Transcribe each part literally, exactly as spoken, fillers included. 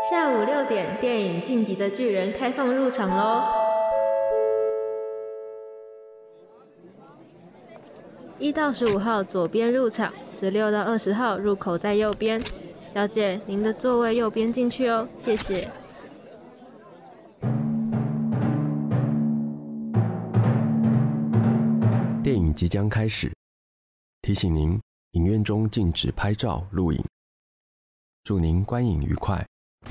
下午六点，电影《晋级的巨人》开放入场喽！一到十五号左边入场，十六到二十号入口在右边。小姐，您的座位右边进去哦，谢谢。 电影即将开始，提醒您，影院中禁止拍照、录影。祝您观影愉快。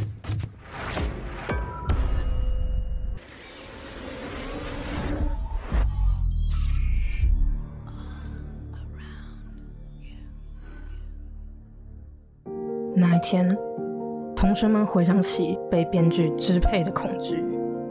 那一天，同学们回想起被编剧支配的恐惧。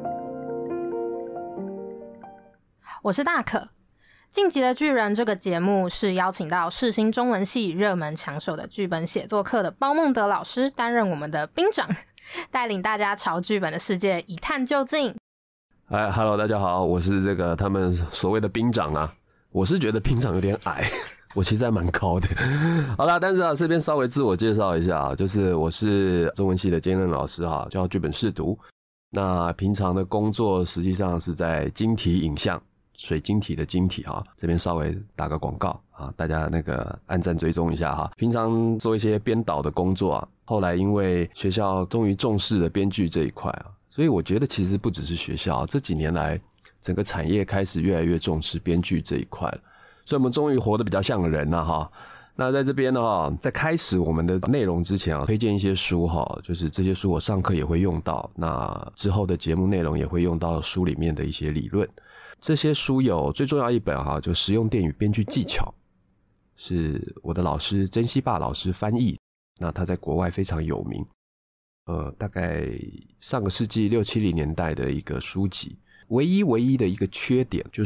我是大可。晋级的巨人这个节目是邀请到世新中文系热门抢手的剧本写作课的包梦德老师担任我们的兵长，带领大家朝剧本的世界一探究竟。 哎 ，Hello， 大家好，我是这个他们所谓的兵长啊。我是觉得兵长有点矮，我其实还蛮高的。好啦，但是啊，这边稍微自我介绍一下啊，就是我是中文系的兼任老师哈，教剧本试读。那平常的工作实际上是在晶体影像。水晶体的晶体哈，这边稍微打个广告啊，大家那个按赞追踪一下哈。平常做一些编导的工作啊，后来因为学校终于重视了编剧这一块啊，所以我觉得其实不只是学校，这几年来整个产业开始越来越重视编剧这一块了，所以我们终于活得比较像人了哈。那在这边呢哈，在开始我们的内容之前啊，推荐一些书哈，就是这些书我上课也会用到，那之后的节目内容也会用到书里面的一些理论。这些书有最重要一本哈，就实用电影编剧技巧，是我的老师曾希霸老师翻译，那他在国外非常有名，呃，大概上个世纪六七零年代的一个书籍。唯一唯一的一个缺点就是，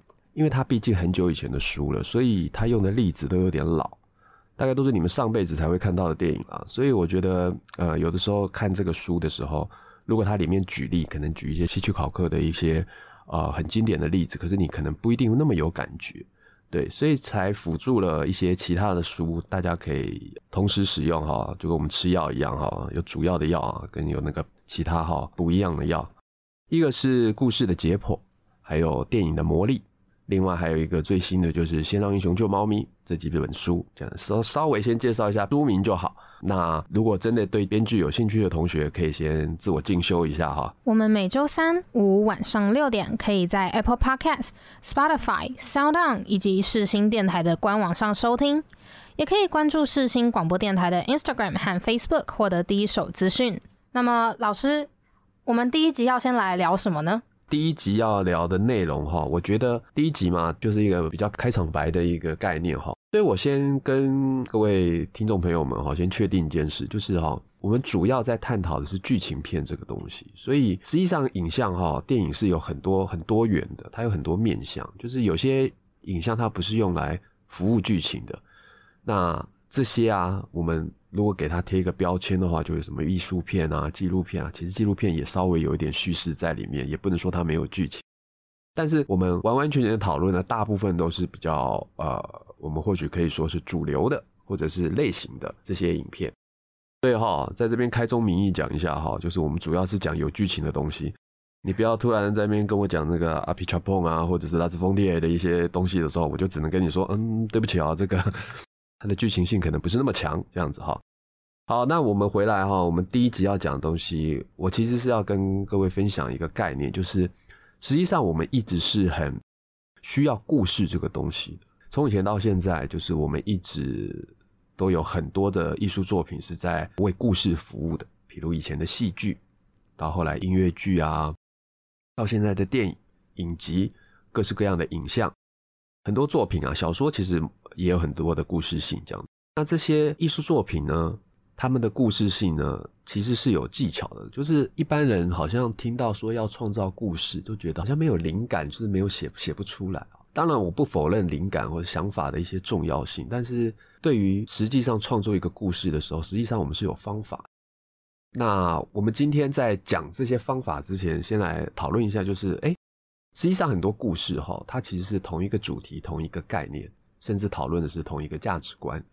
因为他毕竟很久以前的书了，所以他用的例子都有点老，大概都是你们上辈子才会看到的电影啊。所以我觉得，呃，有的时候看这个书的时候，如果它里面举例，可能举一些希区考克的一些。呃，很经典的例子，可是你可能不一定那么有感觉，对，所以才辅助了一些其他的书，大家可以同时使用哈，就跟我们吃药一样哈，有主要的药啊，跟有那个其他哈不一样的药。一个是故事的解剖，还有电影的魔力，另外还有一个最新的就是《先让英雄救猫咪》这几本书，这样稍稍微先介绍一下书名就好。那如果真的对编剧有兴趣的同学，可以先自我进修一下哈。 我们每周三五晚上六点，可以在 Apple Podcast、Spotify、SoundOn 以及世新电台的官网上收听，也可以关注世新广播电台的 Instagram 和 Facebook 获得第一手资讯。那么老师，我们第一集要先来聊什么呢？ 第一集要聊的内容哈，我觉得第一集嘛，就是一个比较开场白的一个概念哈，所以我先跟各位听众朋友们哈，先确定一件事，就是哈，我们主要在探讨的是剧情片这个东西，所以实际上影像哈，电影是有很多很多元的，它有很多面向，就是有些影像它不是用来服务剧情的，那这些啊，我们如果给它贴一个标签的话，就有什么艺术片啊、纪录片啊，其实纪录片也稍微有一点叙事在里面，也不能说它没有剧情。但是我们完完全全的讨论呢，大部分都是比较呃，我们或许可以说是主流的或者是类型的这些影片。所以哈，在这边开宗明义讲一下哈，就是我们主要是讲有剧情的东西。你不要突然在那边跟我讲那个阿皮查蓬啊，或者是拉兹丰蒂的一些东西的时候，我就只能跟你说，嗯，对不起啊，这个它的剧情性可能不是那么强，这样子哈。好，那我们回来哈，我们第一集要讲的东西，我其实是要跟各位分享一个概念，就是实际上我们一直是很需要故事这个东西的。从以前到现在，就是我们一直都有很多的艺术作品是在为故事服务的，比如以前的戏剧，到后来音乐剧啊，到现在的电影、影集，各式各样的影像，很多作品啊，小说其实也有很多的故事性这样。那这些艺术作品呢，他们的故事性呢，其实是有技巧的，就是一般人好像听到说要创造故事，都觉得好像没有灵感，就是没有写写不出来。当然我不否认灵感或者想法的一些重要性，但是对于实际上创作一个故事的时候，实际上我们是有方法。那我们今天在讲这些方法之前，先来讨论一下，就是诶实际上很多故事齁，它其实是同一个主题、同一个概念，甚至讨论的是同一个价值观。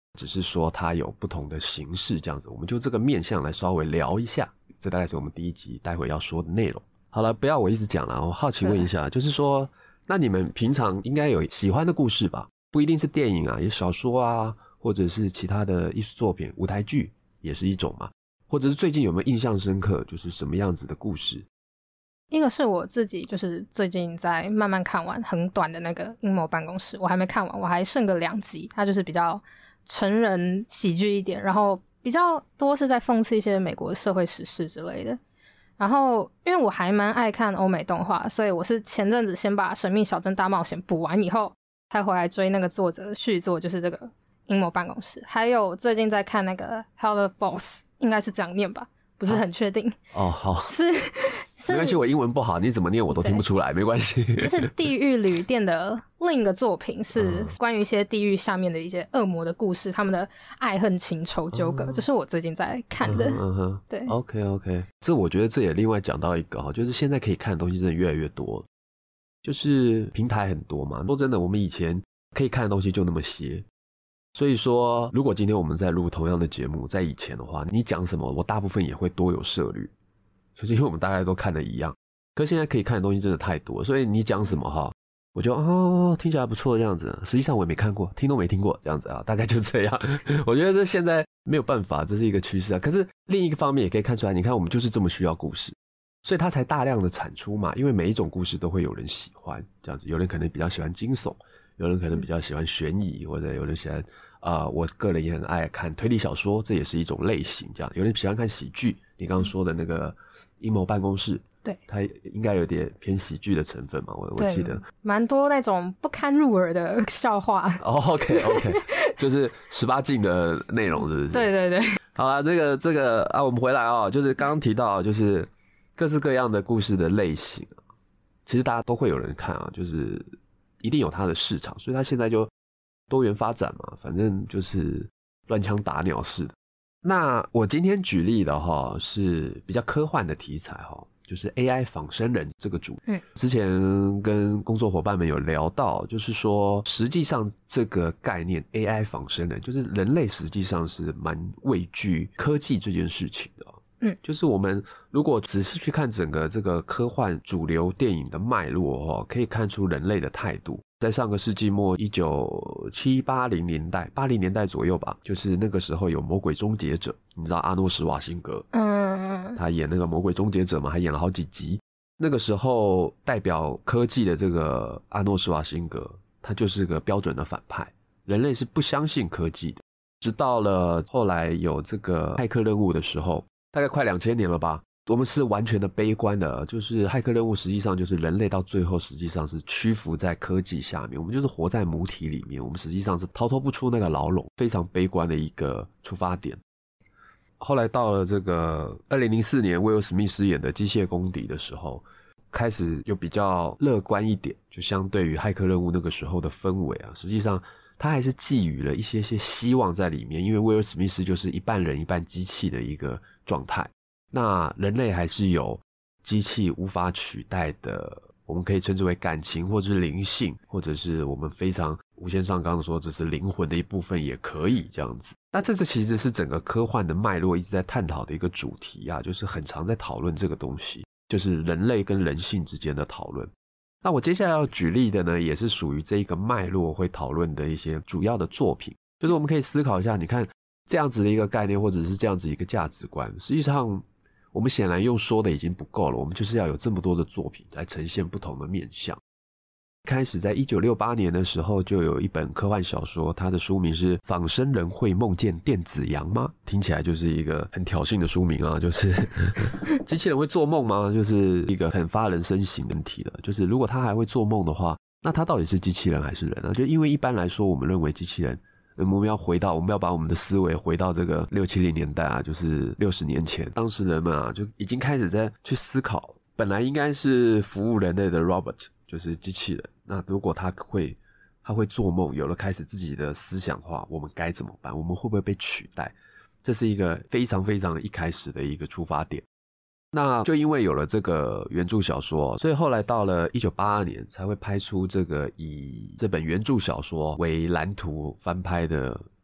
只是说它有不同的形式这样子，我们就这个面向来稍微聊一下，这大概是我们第一集待会要说的内容。好了，不要我一直讲了，我好奇问一下，就是说那你们平常应该有喜欢的故事吧？不一定是电影啊，也小说啊，或者是其他的艺术作品，舞台剧也是一种嘛，或者是最近有没有印象深刻，就是什么样子的故事？ 一个是我自己就是最近在慢慢看完很短的那个阴谋办公室，我还没看完，我还剩个两集，它就是比较成人喜剧一点，然后比较多是在讽刺一些美国社会时事之类的。然后因为我还蛮爱看欧美动画，所以我是前阵子先把神秘小镇大冒险补完以后才回来追那个作者续作，就是这个阴谋办公室。还有最近在看那个 Hell of Boss， 应该是这样念吧，不是很确定。 哦，好， 是是没关系，我英文不好，你怎么念我都听不出来，没关系。 就是地狱旅店的另一个作品，是关于一些地狱下面的一些恶魔的故事，他们的爱恨情仇纠葛，这、嗯、是我最近在看的。 嗯哼， 对 ，OK OK， 这我觉得这也另外讲到一个哈，就是现在可以看的东西真的越来越多，就是平台很多嘛。说真的，我们以前可以看的东西就那么些。所以说如果今天我们在录同样的节目，在以前的话，你讲什么我大部分也会多有涉虑，就是因为我们大概都看的一样。可是现在可以看的东西真的太多，所以你讲什么哈，我就哦听起来不错这样子，实际上我也没看过，听都没听过这样子啊，大概就这样。我觉得这现在没有办法，这是一个趋势啊。可是另一个方面也可以看出来，你看我们就是这么需要故事，所以它才大量的产出嘛，因为每一种故事都会有人喜欢这样子，有人可能比较喜欢惊悚，有人可能比较喜欢悬疑，或者有人喜欢呃，我个人也很爱看推理小说，这也是一种类型这样。有人喜欢看喜剧，你刚刚说的那个阴谋办公室， 对， 它应该有点偏喜剧的成分嘛，我我记得蛮多那种不堪入耳的笑话。 哦 OK OK， 就是十八禁的内容是不是？ 对对对。 好啦，这个这个啊，我们回来哦，就是刚刚提到就是各式各样的故事的类型，其实大家都会有人看啊，就是一定有它的市场，所以它现在就多元发展嘛，反正就是乱枪打鸟式的。那我今天举例的哈是比较科幻的题材哈，就是 A I 仿生人这个主题。嗯，之前跟工作伙伴们有聊到，就是说实际上这个概念 A I 仿生人，就是人类实际上是蛮畏惧科技这件事情的。嗯，就是我们如果仔细去看整个这个科幻主流电影的脉络哦，可以看出人类的态度。在上个世纪末一九七八零年代八零年代左右吧，就是那个时候有魔鬼终结者，你知道阿诺史瓦辛格，嗯，他演那个魔鬼终结者嘛，还演了好几集。那个时候代表科技的这个阿诺史瓦辛格，他就是个标准的反派，人类是不相信科技的。直到了后来有这个骇客任务的时候，大概快两千年了吧，我们是完全的悲观的，就是骇客任务实际上就是人类到最后实际上是屈服在科技下面，我们就是活在母体里面，我们实际上是逃脱不出那个牢笼，非常悲观的一个出发点。后来到了这个二零零四年威尔史密斯演的机械公敌的时候，开始又比较乐观一点，就相对于骇客任务那个时候的氛围啊，实际上他还是寄予了一些些希望在里面，因为威尔史密斯就是一半人一半机器的一个状态，那人类还是有机器无法取代的，我们可以称之为感情或者是灵性，或者是我们非常无限上纲的说这是灵魂的一部分也可以这样子。那这其实是整个科幻的脉络一直在探讨的一个主题啊，就是很常在讨论这个东西，就是人类跟人性之间的讨论。那我接下来要举例的呢，也是属于这一个脉络会讨论的一些主要的作品，就是我们可以思考一下，你看这样子的一个概念或者是这样子一个价值观，实际上我们显然用说的已经不够了，我们就是要有这么多的作品来呈现不同的面向。开始在一九六八年的时候就有一本科幻小说，它的书名是《仿生人会梦见电子羊吗》，听起来就是一个很挑衅的书名啊，就是机器人会做梦吗？就是一个很发人深省的问题了，就是如果他还会做梦的话，那他到底是机器人还是人啊？就因为一般来说我们认为机器人，我们要回到我们要把我们的思维回到这个六七零年代啊，就是六十年前，当时人们啊就已经开始在去思考，本来应该是服务人类的 robot， 就是机器人，那如果他会他会做梦，有了开始自己的思想的话，我们该怎么办？我们会不会被取代？这是一个非常非常一开始的一个出发点。那就因为有了这个原著小说，所以后来到了一九八二年才会拍出这个以这本原著小说为蓝图翻拍的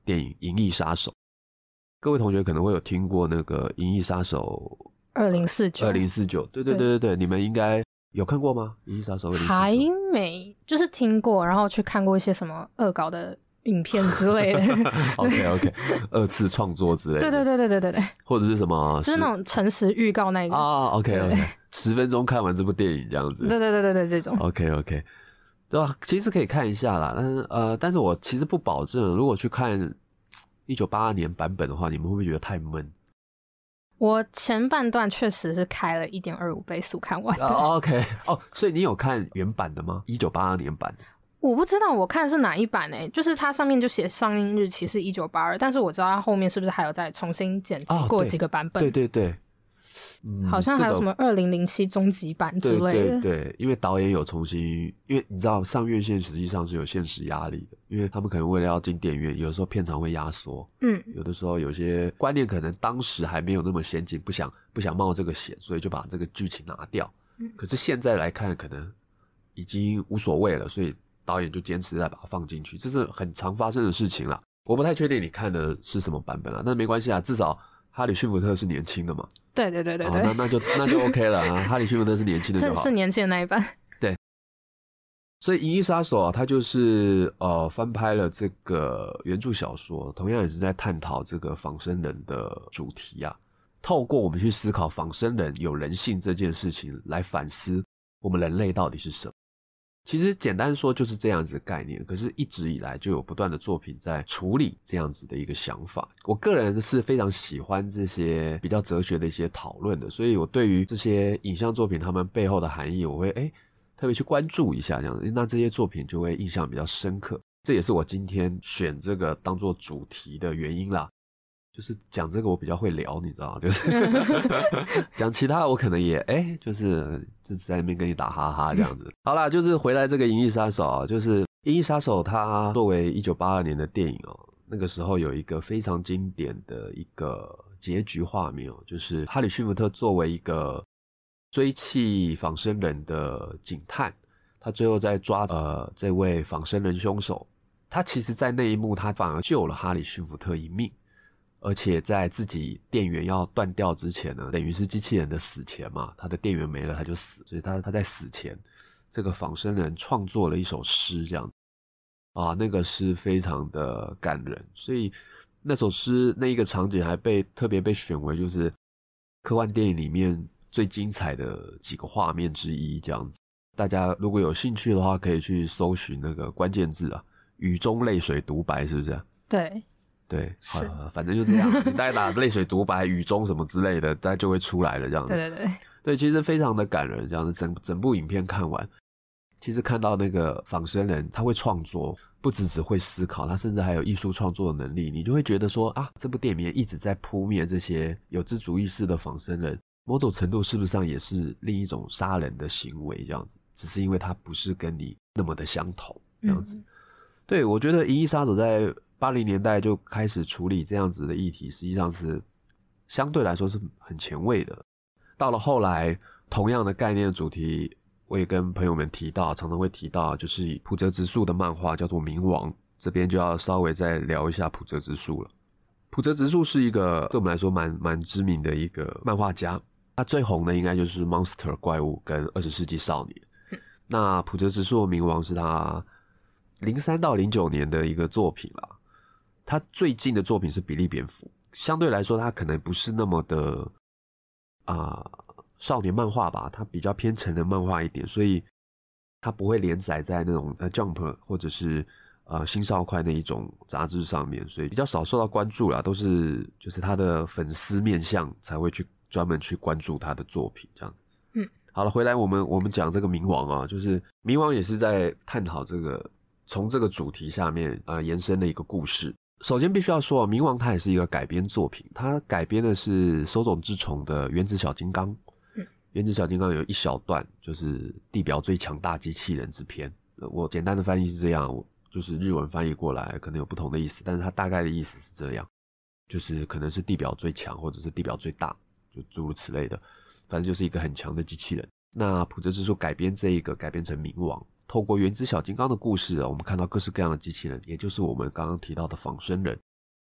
电影《银翼杀手》。各位同学可能会有听过那个《银翼杀手》 二零四九， 二零四九，对对对对对，你们应该有看过吗？《银翼杀手二零四九》 还没，就是听过，然后去看过一些什么恶搞的影片之类的。 OK OK， 二次创作之类的。 对对对对对对对， 或者是什么？ 就是那种诚实预告那个啊。OK OK， 十分钟看完这部电影这样子。 对对对对对，这种。 OK OK， 对吧？其实可以看一下啦，但是呃，但是我其实不保证，如果去看一九八二年版本的话，你们会不会觉得太闷？ 我前半段确实是开了 一点二五 倍速看完的。 哦 OK， 哦，所以你有看原版的吗？一九八二年版的？ 我不知道我看的是哪一版诶、欸，就是它上面就写上映日期是一九八二，但是我知道它后面是不是还有再重新剪辑过几个版本？ 哦、对对对。嗯、 好像还有什么二零零七终极版之类的。 对对对，因为导演有重新，因为你知道上院线实际上是有现实压力的，因为他们可能为了要进电影院，有时候片长会压缩， 嗯， 有的时候有些观念可能当时还没有那么先进，不想不想冒这个险，所以就把这个剧情拿掉。嗯，可是现在来看，可能已经无所谓了，所以导演就坚持再把它放进去，这是很常发生的事情啦。我不太确定你看的是什么版本啦，但没关系啊，至少哈里逊福特是年轻的嘛。 对对对对对， 哦、那那就那就 OK 了啊，哈里逊福特是年轻的就好， 是是年轻的那一版。 对，所以《银翼杀手》啊，它就是呃翻拍了这个原著小说，同样也是在探讨这个仿生人的主题啊。透过我们去思考仿生人有人性这件事情，来反思我们人类到底是什么。其实简单说就是这样子的概念，可是一直以来就有不断的作品在处理这样子的一个想法。我个人是非常喜欢这些比较哲学的一些讨论的，所以我对于这些影像作品他们背后的含义，我会诶特别去关注一下这样子，那这些作品就会印象比较深刻。这也是我今天选这个当做主题的原因啦。就是讲这个我比较会聊，你知道吗？就是讲其他我可能也哎、欸，就是就是在那边跟你打哈哈这样子。好啦，就是回来这个《银翼杀手》啊，就是《银翼杀手》它作为一九八二年的电影哦，那个时候有一个非常经典的一个结局画面哦，就是哈里逊福特作为一个追缉仿生人的警探，他最后在抓呃这位仿生人凶手，他其实在那一幕他反而救了哈里逊福特一命。而且在自己电源要断掉之前呢，等于是机器人的死前嘛，他的电源没了他就死，所以他他在死前，这个仿生人创作了一首诗，这样啊，那个诗非常的感人，所以那首诗那一个场景还被特别被选为就是科幻电影里面最精彩的几个画面之一，这样子。大家如果有兴趣的话，可以去搜寻那个关键字啊，雨中泪水独白，是不是？ 对。 对，好，反正就这样，你大概打泪水独白、雨中什么之类的，大概就会出来了，这样子。 对对对， 对，其实非常的感人，这样子，整整部影片看完，其实看到那个仿生人，他会创作，不只只会思考，他甚至还有艺术创作的能力，你就会觉得说啊，这部电影里面一直在扑灭这些有自主意识的仿生人，某种程度是不是上也是另一种杀人的行为，这样子，只是因为他不是跟你那么的相同，这样子。嗯、对，我觉得《银翼杀手》在八零年代就开始处理这样子的议题，实际上是相对来说是很前卫的。到了后来，同样的概念的主题，我也跟朋友们提到，常常会提到，就是浦泽直树的漫画叫做《冥王》，这边就要稍微再聊一下浦泽直树了。浦泽直树是一个对我们来说蛮蛮知名的一个漫画家，他最红的应该就是 Monster 怪物跟二十世纪少年。嗯、那浦泽直树的《冥王》是他零三到零九年的一个作品啦。他最近的作品是《比利蝙蝠》，相对来说他可能不是那么的啊、呃、少年漫画吧，他比较偏成人漫画一点，所以他不会连载在那种呃 Jump 或者是呃新少快那一种杂志上面，所以比较少受到关注啦，都是就是他的粉丝面向才会去专门去关注他的作品这样子。嗯，好了，回来我们我们讲这个冥王啊，就是冥王也是在探讨这个从这个主题下面呃延伸的一个故事。首先必须要说啊，冥王它也是一个改编作品，它改编的是手冢治虫的原子小金刚。嗯、原子小金刚有一小段就是地表最强大机器人之篇，我简单的翻译是这样，就是日文翻译过来可能有不同的意思，但是它大概的意思是这样，就是可能是地表最强或者是地表最大，就诸如此类的，反正就是一个很强的机器人。那浦泽直树改编这一个改编成冥王，透过原子小金刚的故事、啊、我们看到各式各样的机器人，也就是我们刚刚提到的仿生人，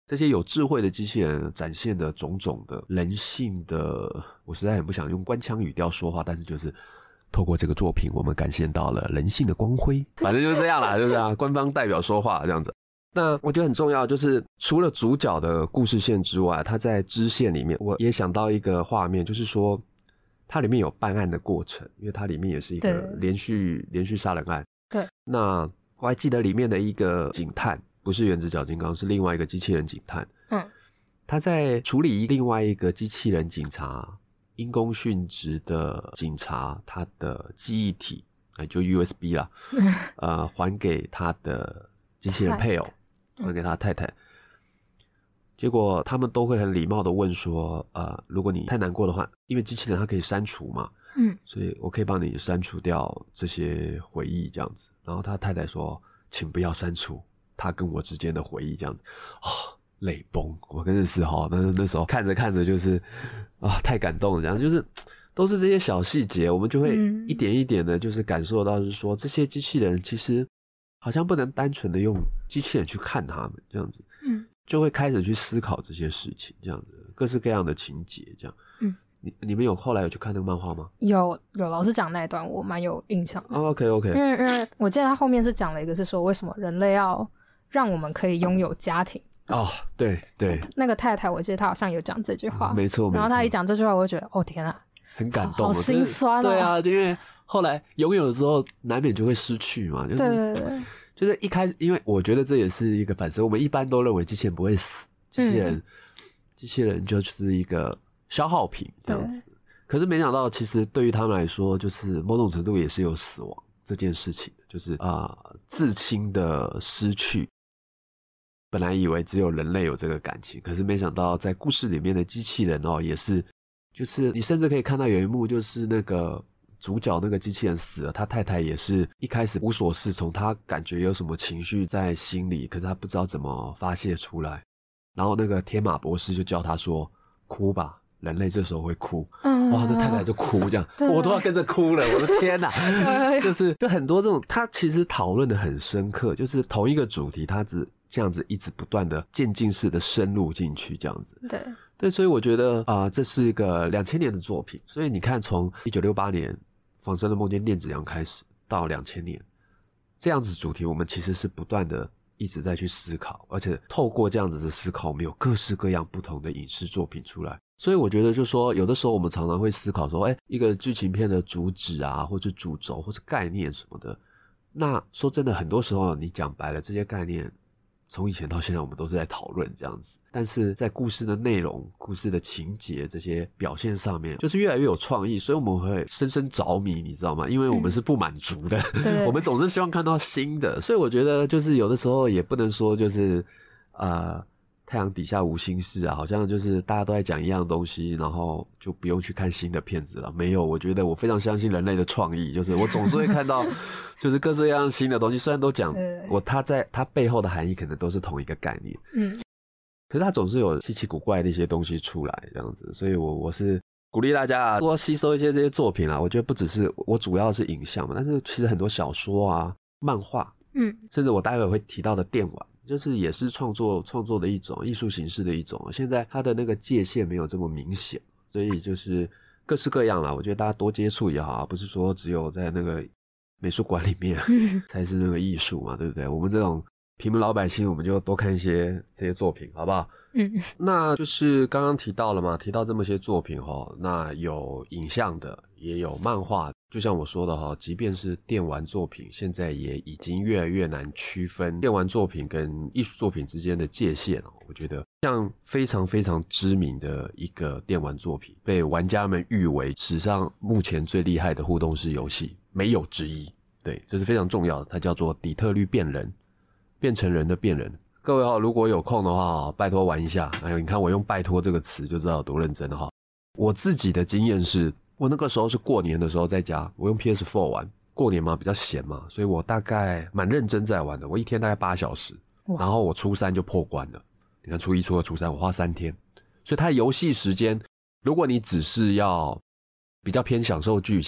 这些有智慧的机器人展现的种种的人性的，我实在很不想用官腔语调说话，但是就是透过这个作品我们感现到了人性的光辉，反正就是这样啦，就是这样，官方代表说话这样子。那我觉得很重要，就是除了主角的故事线之外，他在支线里面我也想到一个画面，就是说它里面有办案的过程，因为它里面也是一个连续连续杀人案。 对， 那我还记得里面的一个警探，不是原子小金刚，是另外一个机器人警探。 嗯， 他在处理另外一个机器人警察因公殉职的警察，他的记忆体，哎，就 U S B 啦，呃，还给他的机器人配偶，还给他太太。结果他们都会很礼貌的问说，呃，如果你太难过的话，因为机器人它可以删除嘛，嗯，所以我可以帮你删除掉这些回忆这样子。然后他太太说，请不要删除他跟我之间的回忆这样子。哦，泪崩，我真的是齁，那那时候看着看着就是啊，太感动了，这样就是都是这些小细节，我们就会一点一点的，就是感受到是说，这些机器人其实好像不能单纯的用机器人去看他们这样子，嗯，就会开始去思考这些事情，这样子各式各样的情节，这样，嗯，你你们有后来有去看那个漫画吗？ 有有，老师讲那一段我蛮有印象的。 哦 OK OK， 因为因为我记得他后面是讲了一个是说，为什么人类要让我们可以拥有家庭。 哦，对对， 那个太太我记得她好像有讲这句话， 没错， 然后她一讲这句话，我就觉得哦天啊， 很感动， 好心酸哦。 对啊，就因为后来拥有的时候难免就会失去嘛，就是对对对， 就是一开始，因为我觉得这也是一个反射，我们一般都认为机器人不会死，机器人、嗯、机器人就是一个消耗品这样子，可是没想到其实对于他们来说，就是某种程度也是有死亡这件事情，就是啊、呃、至亲的失去。本来以为只有人类有这个感情，可是没想到在故事里面的机器人哦，也是，就是你甚至可以看到有一幕，就是那个主角那个机器人死了，他太太也是一开始无所适从，他感觉有什么情绪在心里，可是他不知道怎么发泄出来，然后那个天马博士就教他说哭吧，人类这时候会哭，嗯，哇，那太太就哭这样，我都要跟着哭了，我的天哪，就是就很多这种，他其实讨论的很深刻，就是同一个主题，他只这样子一直不断的渐进式的深入进去这样子， 对对，所以我觉得啊、呃，这是一个两千年的作品，所以你看从一九六八年仿生的梦见电子羊开始到两千年这样子主题，我们其实是不断的一直在去思考，而且透过这样子的思考，我们有各式各样不同的影视作品出来，所以我觉得就是说有的时候我们常常会思考说，哎，一个剧情片的主旨啊，或者主轴或是概念什么的，那说真的很多时候你讲白了，这些概念从以前到现在我们都是在讨论这样子，但是在故事的内容、故事的情节这些表现上面就是越来越有创意，所以我们会深深着迷，你知道吗？因为我们是不满足的、嗯、我们总是希望看到新的，所以我觉得就是有的时候也不能说就是呃太阳底下无新事啊，好像就是大家都在讲一样东西，然后就不用去看新的片子了。没有，我觉得我非常相信人类的创意，就是我总是会看到就是各式各样新的东西，虽然都讲我它在它背后的含义可能都是同一个概念，嗯，可是它总是有稀奇古怪的一些东西出来这样子，所以我我是鼓励大家啊多吸收一些这些作品啊，我觉得不只是我主要是影像嘛，但是其实很多小说啊、漫画，嗯，甚至我待会会提到的电玩。就是也是创作创作的一种艺术形式的一种，现在它的那个界限没有这么明显，所以就是各式各样啦，我觉得大家多接触也好啊，不是说只有在那个美术馆里面才是那个艺术嘛，对不对？我们这种平民老百姓，我们就多看一些这些作品，好不好？嗯，那就是刚刚提到了嘛，提到这么些作品齁，那有影像的，也有漫画，就像我说的齁，即便是电玩作品，现在也已经越来越难区分电玩作品跟艺术作品之间的界限哦。我觉得像非常非常知名的一个电玩作品，被玩家们誉为史上目前最厉害的互动式游戏，没有之一。对，这是非常重要的，它叫做底特律变人，变成人的变人。各位齁，如果有空的话，拜托玩一下。哎呦，你看我用拜托这个词就知道有多认真了齁。我自己的经验是，我那个时候是过年的时候在家，我用 P S 四 玩，过年嘛比较闲嘛，所以我大概蛮认真在玩的，我一天大概八小时，然后我初三就破关了。你看初一、初二、初三，我花三天，所以它游戏时间，如果你只是要比较偏享受剧情，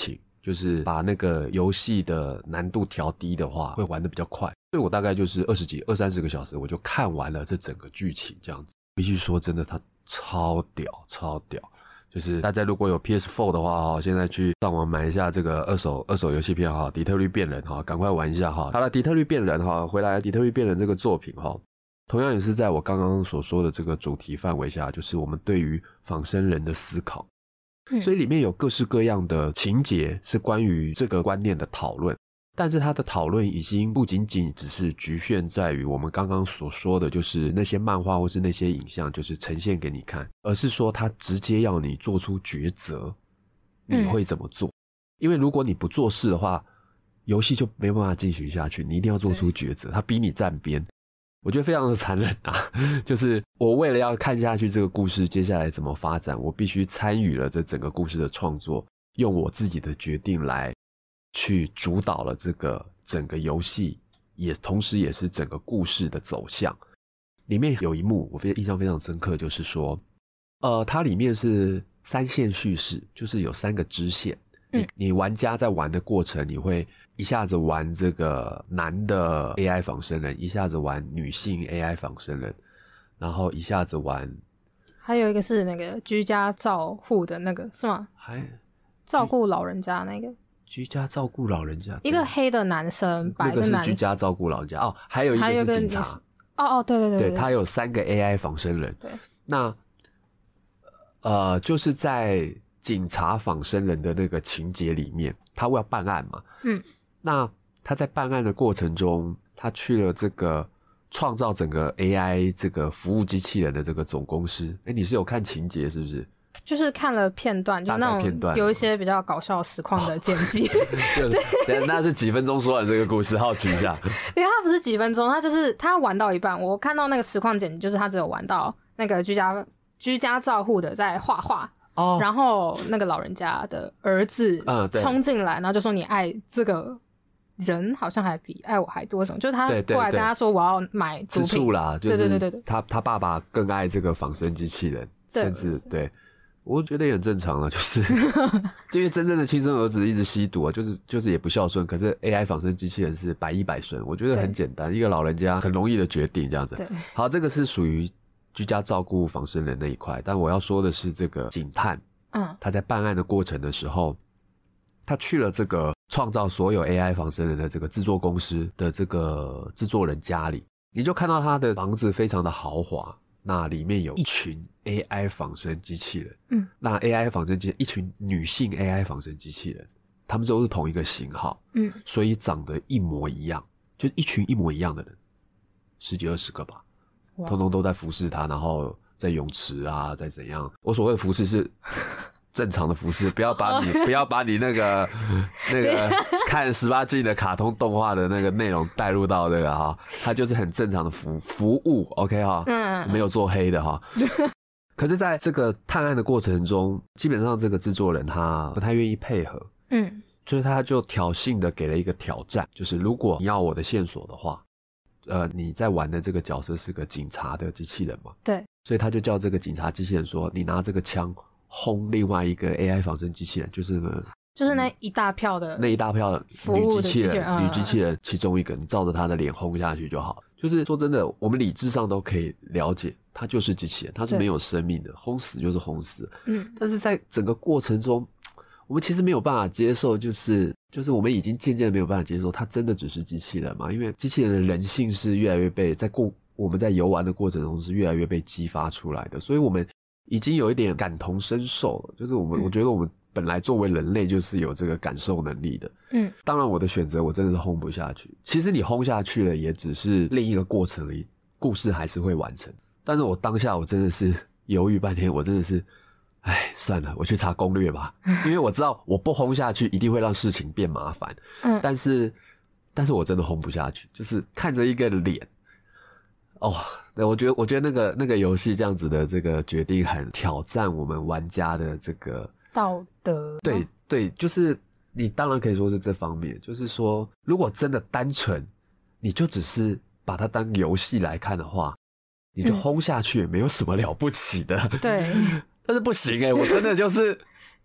就是把那个游戏的难度调低的话，会玩得比较快。所以我大概就是二十几、二三十个小时，我就看完了这整个剧情这样子。必须说，真的，它超屌，超屌。就是大家如果有 P S 四 的话哈，现在去上网买一下这个二手二手游戏片哈，底特律变人哈，赶快玩一下哈。好了，底特律变人哈，回来底特律变人这个作品哈，同样也是在我刚刚所说的这个主题范围下，就是我们对于仿生人的思考。嗯，所以里面有各式各样的情节是关于这个观念的讨论。但是他的讨论已经不仅仅只是局限在于我们刚刚所说的，就是那些漫画或是那些影像就是呈现给你看，而是说他直接要你做出抉择，你会怎么做？嗯，因为如果你不做事的话，游戏就没办法进行下去，你一定要做出抉择，他逼你站边。我觉得非常的残忍啊，就是我为了要看下去这个故事接下来怎么发展，我必须参与了这整个故事的创作，用我自己的决定来去主导了这个整个游戏，也同时也是整个故事的走向。里面有一幕我非印象非常深刻，就是说呃，它里面是三线叙事，就是有三个支线。你你玩家在玩的过程，你会一下子玩这个男的 A I 仿生人，一下子玩女性 A I 仿生人，然后一下子玩还有一个是那个居家照护的那个是吗？ 还照顾老人家那个居家照顾老人家， 一个黑的男生，白的男生， 那个是居家照顾老人家哦，还有一个是警察。 哦哦，对对 对, 对, 对，他有三个 A I 仿生人。 对， 那呃，就是在警察仿生人的那个情节里面，他要办案嘛。嗯，那他在办案的过程中，他去了这个创造整个 A I 这个服务机器人的这个总公司。哎，你是有看情节是不是？ 就是看了片段，就那种有一些比较搞笑实况的剪辑。 对，那是几分钟说完这个故事，好奇一下。 因为他不是几分钟，他就是他玩到一半，我看到那个实况剪辑，就是他只有玩到那个居家居家照护的在画画。哦，然后那个老人家的儿子冲进来，嗯，然后就说你爱这个人好像还比爱我还多什么，就是他过来跟他说我要买毒品， 吃醋啦，就是对对对对， 他他爸爸更爱这个仿生机器人，甚至对。我觉得也很正常了，就是因为真正的亲生儿子一直吸毒啊，就是就是也不孝顺，可是 A I 仿生机器人是百依百顺，我觉得很简单，一个老人家很容易的决定这样子。 对， 好，这个是属于居家照顾仿生人那一块，但我要说的是这个警探，嗯，他在办案的过程的时候，他去了这个创造所有 A I 仿生人的这个制作公司的这个制作人家里，你就看到他的房子非常的豪华。那里面有一群 A I 仿生机器人，嗯，那 A I 仿生机一群女性 A I 仿生机器人，他们都是同一个型号，嗯，所以长得一模一样，就一群一模一样的人，十几二十个吧，通通都在服侍他，然后在泳池啊，在怎样？我所谓的服侍是正常的服侍，不要把你不要把你那个那个看十八禁的卡通动画的那个内容带入到这个哈，它就是很正常的服服务 ，OK 哈，嗯，没有做黑的哈。可是在这个探案的过程中，基本上这个制作人他不太愿意配合，嗯，所以他就挑衅的给了一个挑战，就是如果你要我的线索的话，呃，你在玩的这个角色是个警察的机器人嘛， 对， 所以他就叫这个警察机器人说，你拿这个枪轰另外一个 A I 仿生机器人，就是那个就是那一大票的那一大票的女机器人， 嗯、 女机器人其中一个，你照着她的脸轰下去就好。就是说真的，我们理智上都可以了解，它就是机器人，它是没有生命的，轰死就是轰死。嗯，但是在整个过程中，我们其实没有办法接受，就是就是我们已经渐渐没有办法接受，它真的只是机器人嘛？因为机器人的人性是越来越被在过我们在游玩的过程中是越来越被激发出来的，所以我们已经有一点感同身受了，就是我们、嗯、我觉得我们本来作为人类就是有这个感受能力的。嗯，当然我的选择我真的是轰不下去，其实你轰下去了也只是另一个过程而已，故事还是会完成。但是我当下我真的是犹豫半天，我真的是哎算了，我去查攻略吧，因为我知道我不轰下去一定会让事情变麻烦。嗯，但是但是我真的轰不下去，就是看着一个脸哦，我觉得我觉得那个那个游戏这样子的这个决定很挑战我们玩家的这个道德。 对对，就是你当然可以说是这方面，就是说如果真的单纯你就只是把它当游戏来看的话，你就轰下去也没有什么了不起的。 对， 但是不行欸，我真的就是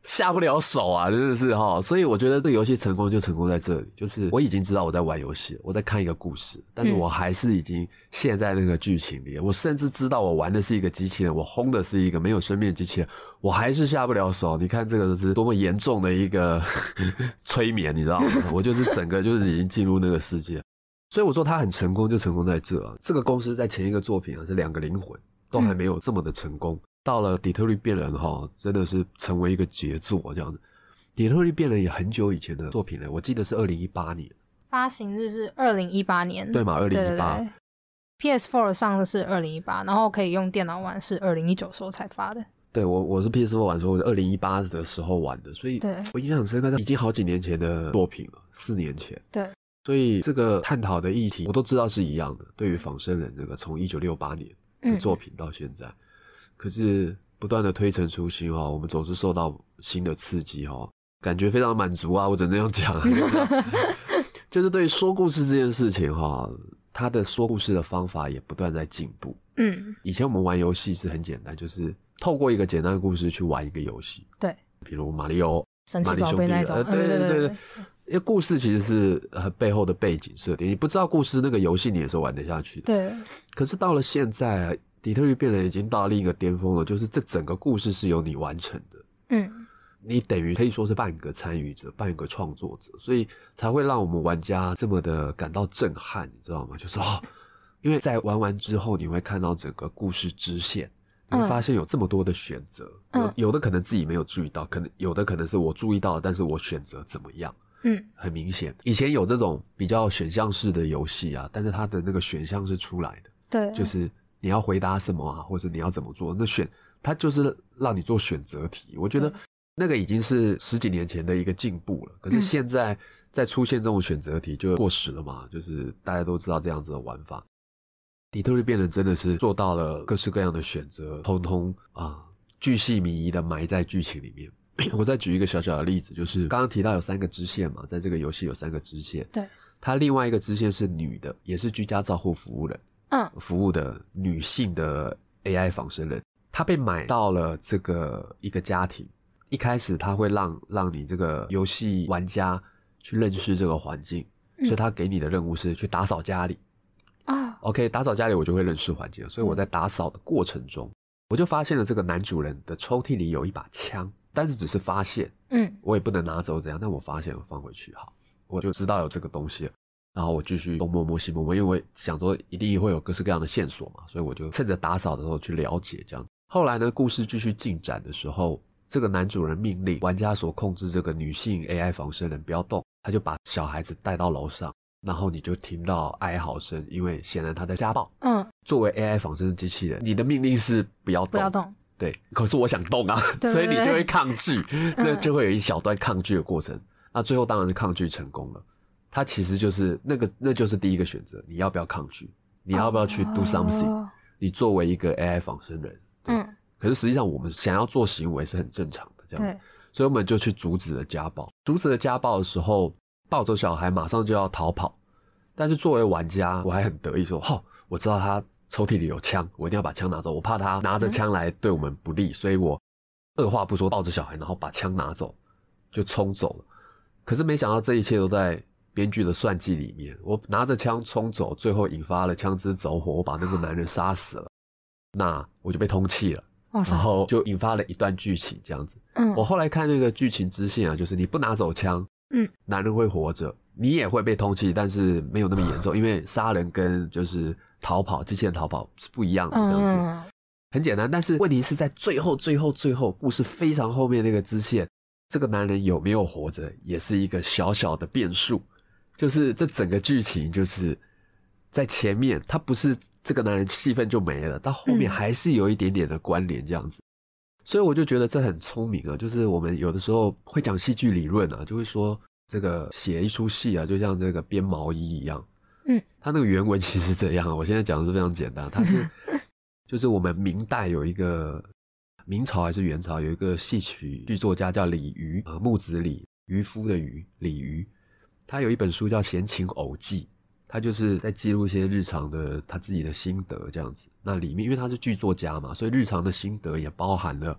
下不了手啊，真的是齁。所以我觉得这个游戏成功就成功在这里，就是我已经知道我在玩游戏了，我在看一个故事，但是我还是已经陷在那个剧情里了、嗯、我甚至知道我玩的是一个机器人，我轰的是一个没有生命的机器人，我还是下不了手。你看这个是多么严重的一个催眠，你知道吗？我就是整个就是已经进入那个世界。所以我说他很成功就成功在这啊，这个公司在前一个作品啊是两个灵魂都还没有这么的成功、嗯、到了底特律变人齁，真的是成为一个杰作这样子。底特律变人也很久以前的作品了，我记得是二零一八年发行日是二零一八年， 对嘛，二零一八。 P S 四 上的是二零一八，然后可以用电脑玩是二零一九时候才发的。 对，我我是 P S 四 玩的时候，我是二零一八的时候玩的，所以我印象很深刻，已经好几年前的作品了，四年前。 对， 所以这个探讨的议题我都知道是一样的，对于仿生人这个从一九六八年的作品到现在、嗯、可是不断的推陈出新齁，我们总是受到新的刺激齁，感觉非常满足啊，我只能这样讲啊。就是对于说故事这件事情齁，他的说故事的方法也不断在进步。嗯，以前我们玩游戏是很简单，就是透过一个简单的故事去玩一个游戏。 对， 比如马里奥、 神奇宝贝那种、 呃、对对对 对, 对，因为故事其实是呃背后的背景设定，你不知道故事，那个游戏你也是玩得下去的。 对。可是到了现在，底特律变人已经到另一个巅峰了，就是这整个故事是由你完成的。嗯。你等于可以说是半个参与者，半个创作者，所以才会让我们玩家这么的感到震撼，你知道吗？就是哦，因为在玩完之后，你会看到整个故事支线，你会发现有这么多的选择、嗯，有有的可能自己没有注意到，可能有的可能是我注意到，但是我选择怎么样？嗯，很明显，以前有这种比较选项式的游戏啊，但是它的那个选项是出来的，对，就是你要回答什么啊，或者你要怎么做，那选它就是让你做选择题，我觉得。那个已经是十几年前的一个进步了，可是现在再出现这种选择题就过时了嘛，就是大家都知道这样子的玩法。底特律变人真的是做到了各式各样的选择，通通啊巨细靡遗的埋在剧情里面。我再举一个小小的例子，就是刚刚提到有三个支线嘛，在这个游戏有三个支线，对，它另外一个支线是女的，也是居家照护服务人，嗯，服务的女性的 A I 仿生人，她被买到了这个一个家庭。一开始他会让让你这个游戏玩家去认识这个环境、嗯、所以他给你的任务是去打扫家里啊。OK， 打扫家里我就会认识环境，所以我在打扫的过程中、嗯、我就发现了这个男主人的抽屉里有一把枪，但是只是发现，嗯，我也不能拿走怎样，但我发现我放回去，好，我就知道有这个东西了。然后我继续东摸摸西摸摸，因为我想说一定会有各式各样的线索嘛，所以我就趁着打扫的时候去了解这样。后来呢，故事继续进展的时候，这个男主人命令玩家所控制这个女性 A I 仿生人不要动，他就把小孩子带到楼上，然后你就听到哀嚎声，因为显然他在家暴。嗯，作为 A I 仿生机器人，你的命令是不要动， 不要动。 对，可是我想动啊，所以你就会抗拒，那就会有一小段抗拒的过程。那最后当然是抗拒成功了。它其实就是那个，那就是第一个选择，你要不要抗拒？你要不要去 do something？、哦、你作为一个 A I 仿生人，嗯。可是实际上我们想要做行为是很正常的这样子，所以我们就去阻止了家暴。阻止了家暴的时候，抱走小孩马上就要逃跑，但是作为玩家我还很得意说，吼，我知道他抽屉里有枪，我一定要把枪拿走，我怕他拿着枪来对我们不利，所以我二话不说抱着小孩然后把枪拿走就冲走了。可是没想到这一切都在编剧的算计里面，我拿着枪冲走，最后引发了枪支走火，我把那个男人杀死了，那我就被通缉了，然后就引发了一段剧情这样子。嗯，我后来看那个剧情支线啊，就是你不拿走枪，嗯，男人会活着，你也会被通缉，但是没有那么严重，因为杀人跟就是逃跑，机器人逃跑是不一样的这样子，嗯，很简单。但是问题是在最后最后最后故事非常后面那个支线，这个男人有没有活着也是一个小小的变数，就是这整个剧情就是在前面他不是这个男人戏份就没了，到后面还是有一点点的关联这样子，嗯，所以我就觉得这很聪明啊，就是我们有的时候会讲戏剧理论啊，就会说这个写一出戏啊就像这个编毛衣一样，嗯，他那个原文其实这样，我现在讲的是非常简单，他是就是我们明代有一个明朝还是元朝有一个戏曲剧作家叫李渔，呃，木子李，渔夫的渔，李渔，他有一本书叫《闲情偶记》，他就是在记录一些日常的他自己的心得这样子。那里面因为他是剧作家嘛，所以日常的心得也包含了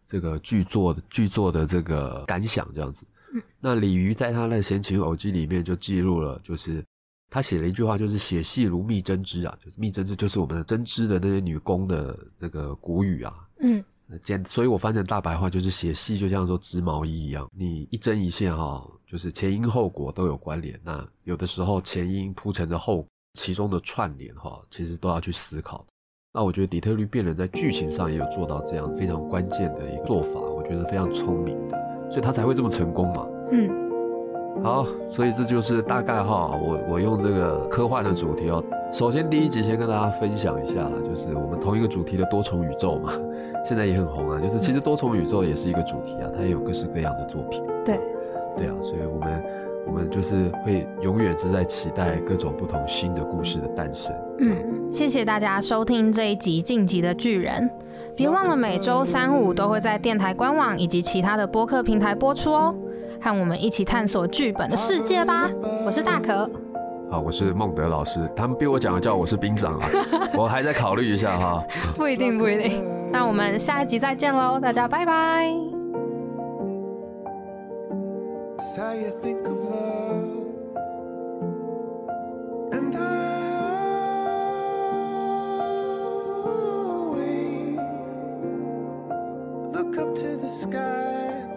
这个剧作剧作的这个感想这样子。嗯，那李渔在他的《闲情偶记》里面就记录了，就是他写了一句话，就是写戏如觅针织啊，就是觅针织就是我们针织的那些女工的这个古语啊。嗯，简所以我翻成大白话就是写戏就像说织毛衣一样，你一针一线哈，就是前因后果都有关联。那有的时候前因铺陈着后其中的串联哈，其实都要去思考。那我觉得底特律变人在剧情上也有做到这样非常关键的一个做法，我觉得非常聪明的，所以他才会这么成功嘛。嗯，好，所以这就是大概哈，我我用这个科幻的主题哦。首先第一集先跟大家分享一下啦，就是我们同一个主题的多重宇宙嘛，现在也很红啊。就是其实多重宇宙也是一个主题啊，它也有各式各样的作品。 对， 对啊，所以我们我们就是会永远是在期待各种不同新的故事的诞生。 嗯，谢谢大家收听这一集《晋级的巨人》，别忘了每周三五都会在电台官网以及其他的播客平台播出哦。和我们一起探索剧本的世界吧！我是大可， 好，我是孟德老师。他们逼我讲的叫我是兵长啊，我还在考虑一下哈。 不一定，不一定。那我们下一集再见喽，大家拜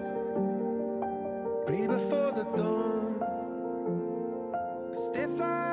拜。Breathe before the dawn, 'cause if I